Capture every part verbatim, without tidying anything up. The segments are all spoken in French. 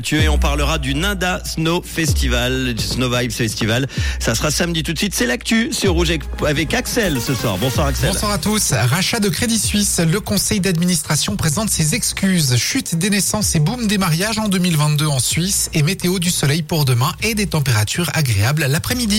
Mathieu, et on parlera du Nanda Snow Festival, Snow Vibes Festival. Ça sera samedi tout de suite. C'est l'actu sur Rouge avec Axel ce soir. Bonsoir Axel. Bonsoir à tous. Rachat de Crédit Suisse. Le conseil d'administration présente ses excuses. Chute des naissances et boom des mariages en deux mille vingt-deux en Suisse. Et météo du soleil pour demain et des températures agréables l'après-midi.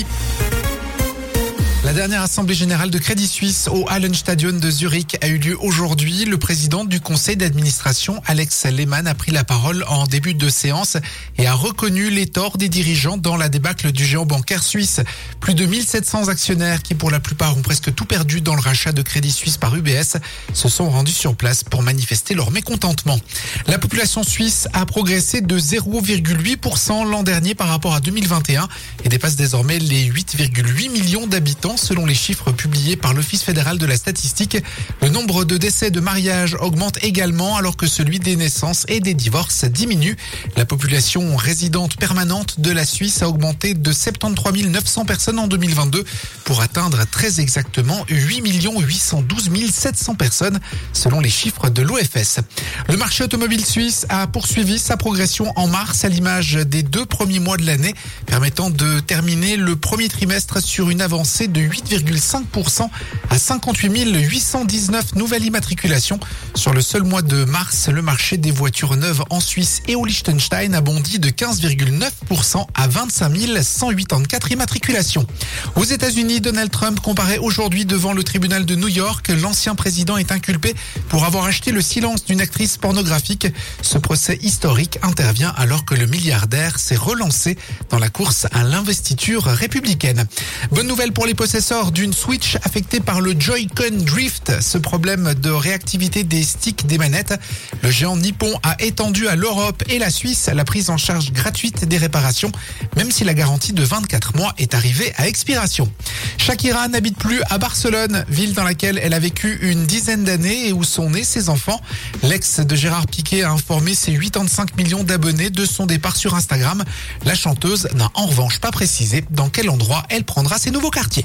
La dernière assemblée générale de Crédit Suisse au Hallenstadion de Zurich a eu lieu aujourd'hui. Le président du conseil d'administration, Alex Lehmann, a pris la parole en début de séance et a reconnu les torts des dirigeants dans la débâcle du géant bancaire suisse. Plus de mille sept cents actionnaires qui, pour la plupart, ont presque tout perdu dans le rachat de Crédit Suisse par U B S, se sont rendus sur place pour manifester leur mécontentement. La population suisse a progressé de zéro virgule huit pour cent l'an dernier par rapport à deux mille vingt et un et dépasse désormais les huit virgule huit millions d'habitants. Selon les chiffres publiés par l'Office fédéral de la statistique, le nombre de décès de mariage augmente également alors que celui des naissances et des divorces diminue. La population résidente permanente de la Suisse a augmenté de soixante-treize mille neuf cents personnes en deux mille vingt-deux pour atteindre très exactement huit millions huit cent douze mille sept cents personnes selon les chiffres de l'O F S. Le marché automobile suisse a poursuivi sa progression en mars à l'image des deux premiers mois de l'année, permettant de terminer le premier trimestre sur une avancée de huit virgule cinq pour cent à cinquante-huit mille huit cent dix-neuf nouvelles immatriculations. Sur le seul mois de mars, le marché des voitures neuves en Suisse et au Liechtenstein a bondi de quinze virgule neuf pour cent à vingt-cinq mille cent quatre-vingt-quatorze immatriculations. Aux États-Unis, Donald Trump comparaît aujourd'hui devant le tribunal de New York. L'ancien président est inculpé pour avoir acheté le silence d'une actrice pornographique. Ce procès historique intervient alors que le milliardaire s'est relancé dans la course à l'investiture républicaine. Bonne nouvelle pour les possesseurs d'une Switch affectée par le Joy-Con Drift, ce problème de réactivité des sticks des manettes. Le géant nippon a étendu à l'Europe et la Suisse la prise en charge gratuite des réparations, même si la garantie de vingt-quatre mois est arrivée à expiration. Shakira n'habite plus à Barcelone, ville dans laquelle elle a vécu une dizaine d'années et où sont nés ses enfants. L'ex de Gérard Piqué a informé ses quatre-vingt-cinq millions d'abonnés de son départ sur Instagram. La chanteuse n'a en revanche pas précisé dans quel endroit elle prendra ses nouveaux quartiers.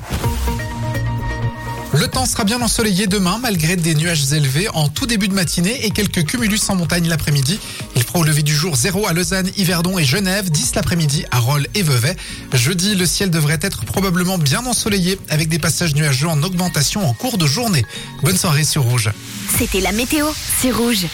Le temps sera bien ensoleillé demain malgré des nuages élevés en tout début de matinée et quelques cumulus en montagne l'après-midi. Il fera au lever du jour zéro à Lausanne, Yverdon et Genève, dix l'après-midi à Rolle et Vevey. Jeudi, le ciel devrait être probablement bien ensoleillé avec des passages nuageux en augmentation en cours de journée. Bonne soirée sur Rouge. C'était la météo, c'est Rouge.